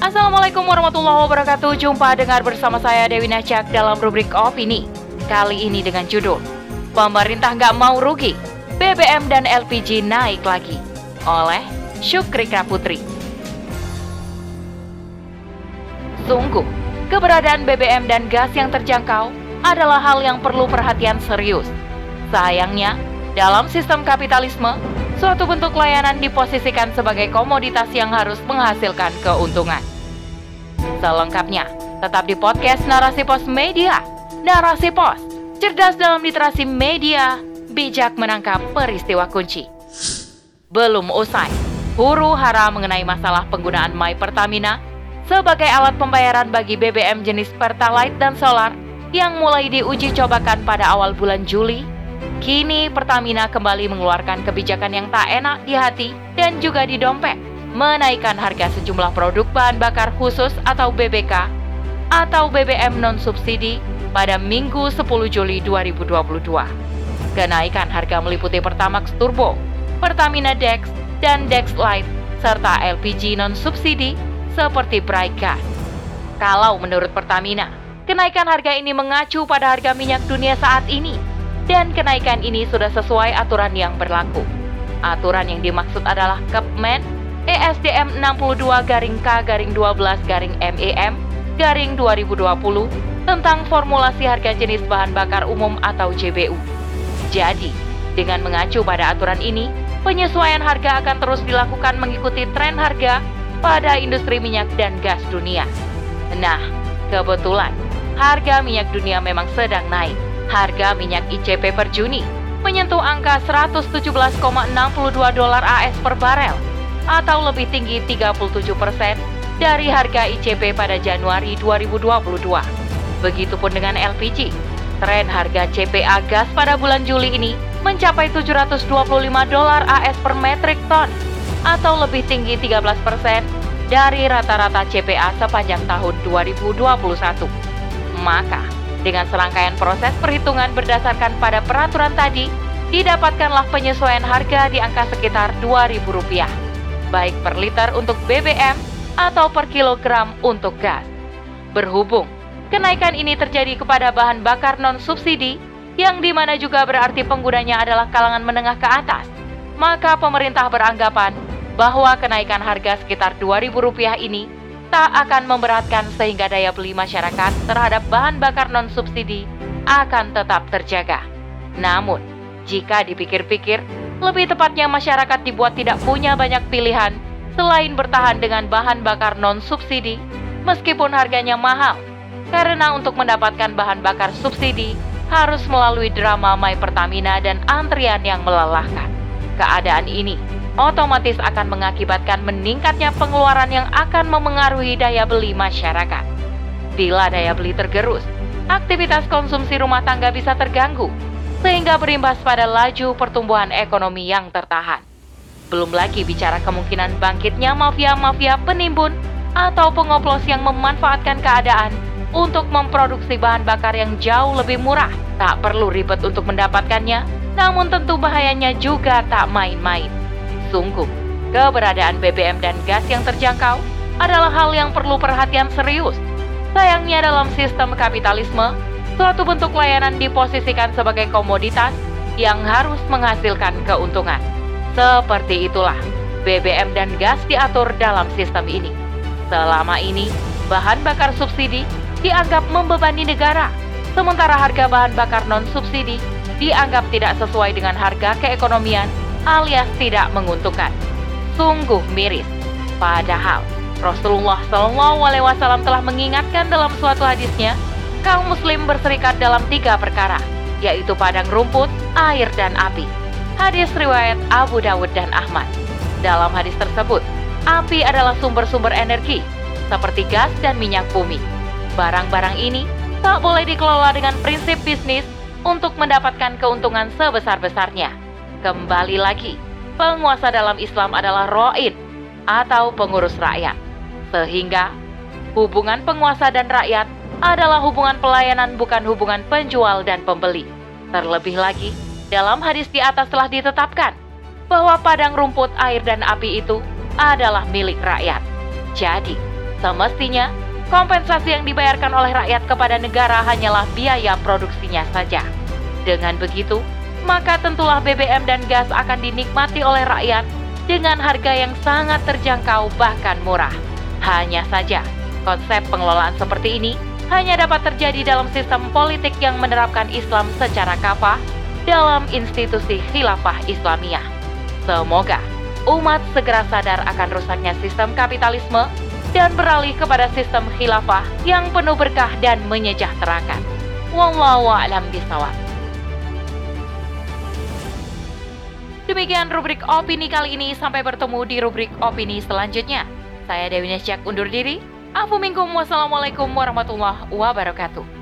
Assalamualaikum warahmatullahi wabarakatuh. Jumpa dengar bersama saya Dewi Najak dalam rubrik Opini. Kali ini dengan judul Pemerintah nggak mau rugi, BBM dan LPG naik lagi, oleh Syukrika Putri. Sungguh, keberadaan BBM dan gas yang terjangkau adalah hal yang perlu perhatian serius. Sayangnya, dalam sistem kapitalisme, suatu bentuk layanan diposisikan sebagai komoditas yang harus menghasilkan keuntungan. Selengkapnya, tetap di podcast Narasi Pos Media. Narasi Pos, cerdas dalam literasi media, bijak menangkap peristiwa kunci. Belum usai, huru-hara mengenai masalah penggunaan My Pertamina sebagai alat pembayaran bagi BBM jenis Pertalite dan Solar yang mulai diuji cobakan pada awal bulan Juli. Kini Pertamina kembali mengeluarkan kebijakan yang tak enak di hati dan juga di dompet, menaikkan harga sejumlah produk bahan bakar khusus atau BBK atau BBM non-subsidi pada Minggu 10 Juli 2022. Kenaikan harga meliputi Pertamax Turbo, Pertamina Dex, dan Dex Lite, serta LPG non-subsidi seperti Bright Gas. Kalau menurut Pertamina, kenaikan harga ini mengacu pada harga minyak dunia saat ini, dan kenaikan ini sudah sesuai aturan yang berlaku. Aturan yang dimaksud adalah Kepmen ESDM 62-12-MEM-2020 tentang formulasi harga jenis bahan bakar umum atau JBU. Jadi, dengan mengacu pada aturan ini, penyesuaian harga akan terus dilakukan mengikuti tren harga pada industri minyak dan gas dunia. Nah, kebetulan harga minyak dunia memang sedang naik. Harga minyak ICP per Juni menyentuh angka $117,62 AS per barel atau lebih tinggi 37% dari harga ICP pada Januari 2022. Begitupun dengan LPG. Tren harga CPA gas pada bulan Juli ini mencapai $725 AS per metrik ton atau lebih tinggi 13% dari rata-rata CPA sepanjang tahun 2021. Maka, dengan serangkaian proses perhitungan berdasarkan pada peraturan tadi, didapatkanlah penyesuaian harga di angka sekitar Rp2.000, baik per liter untuk BBM atau per kilogram untuk gas. Berhubung kenaikan ini terjadi kepada bahan bakar non-subsidi, yang dimana juga berarti penggunanya adalah kalangan menengah ke atas, maka pemerintah beranggapan bahwa kenaikan harga sekitar Rp2.000 ini tak akan memberatkan sehingga daya beli masyarakat terhadap bahan bakar non-subsidi akan tetap terjaga. Namun, jika dipikir-pikir, lebih tepatnya masyarakat dibuat tidak punya banyak pilihan selain bertahan dengan bahan bakar non-subsidi meskipun harganya mahal, karena untuk mendapatkan bahan bakar subsidi harus melalui drama My Pertamina dan antrian yang melelahkan. Keadaan ini otomatis akan mengakibatkan meningkatnya pengeluaran yang akan memengaruhi daya beli masyarakat. Bila daya beli tergerus, aktivitas konsumsi rumah tangga bisa terganggu, sehingga berimbas pada laju pertumbuhan ekonomi yang tertahan. Belum lagi bicara kemungkinan bangkitnya mafia-mafia penimbun atau pengoplos yang memanfaatkan keadaan untuk memproduksi bahan bakar yang jauh lebih murah. Tak perlu ribet untuk mendapatkannya, namun tentu bahayanya juga tak main-main. Sungguh, keberadaan BBM dan gas yang terjangkau adalah hal yang perlu perhatian serius. Sayangnya dalam sistem kapitalisme, suatu bentuk layanan diposisikan sebagai komoditas yang harus menghasilkan keuntungan. Seperti itulah BBM dan gas diatur dalam sistem ini. Selama ini, bahan bakar subsidi dianggap membebani negara, sementara harga bahan bakar non-subsidi dianggap tidak sesuai dengan harga keekonomian alias tidak menguntungkan. Sungguh miris. Padahal Rasulullah SAW telah mengingatkan dalam suatu hadisnya, kaum muslim berserikat dalam 3 perkara, yaitu padang rumput, air, dan api. Hadis riwayat Abu Dawud dan Ahmad. Dalam hadis tersebut, api adalah sumber-sumber energi, seperti gas dan minyak bumi. Barang-barang ini tak boleh dikelola dengan prinsip bisnis untuk mendapatkan keuntungan sebesar-besarnya. Kembali lagi, penguasa dalam Islam adalah ro'id atau pengurus rakyat. Sehingga, hubungan penguasa dan rakyat adalah hubungan pelayanan bukan hubungan penjual dan pembeli. Terlebih lagi, dalam hadis di atas telah ditetapkan bahwa padang rumput, air, dan api itu adalah milik rakyat. Jadi, Semestinya, kompensasi yang dibayarkan oleh rakyat kepada negara hanyalah biaya produksinya saja. Dengan begitu, maka tentulah BBM dan gas akan dinikmati oleh rakyat dengan harga yang sangat terjangkau bahkan murah. Hanya saja, konsep pengelolaan seperti ini hanya dapat terjadi dalam sistem politik yang menerapkan Islam secara kafah dalam institusi khilafah Islamiyah. Semoga umat segera sadar akan rusaknya sistem kapitalisme dan beralih kepada sistem khilafah yang penuh berkah dan menyejahterakan. Wallahu a'lam bishawab. Demikian rubrik opini kali ini, sampai bertemu di rubrik opini selanjutnya. Saya Dewi Nesjak undur diri. Afu minkum, wassalamualaikum warahmatullahi wabarakatuh.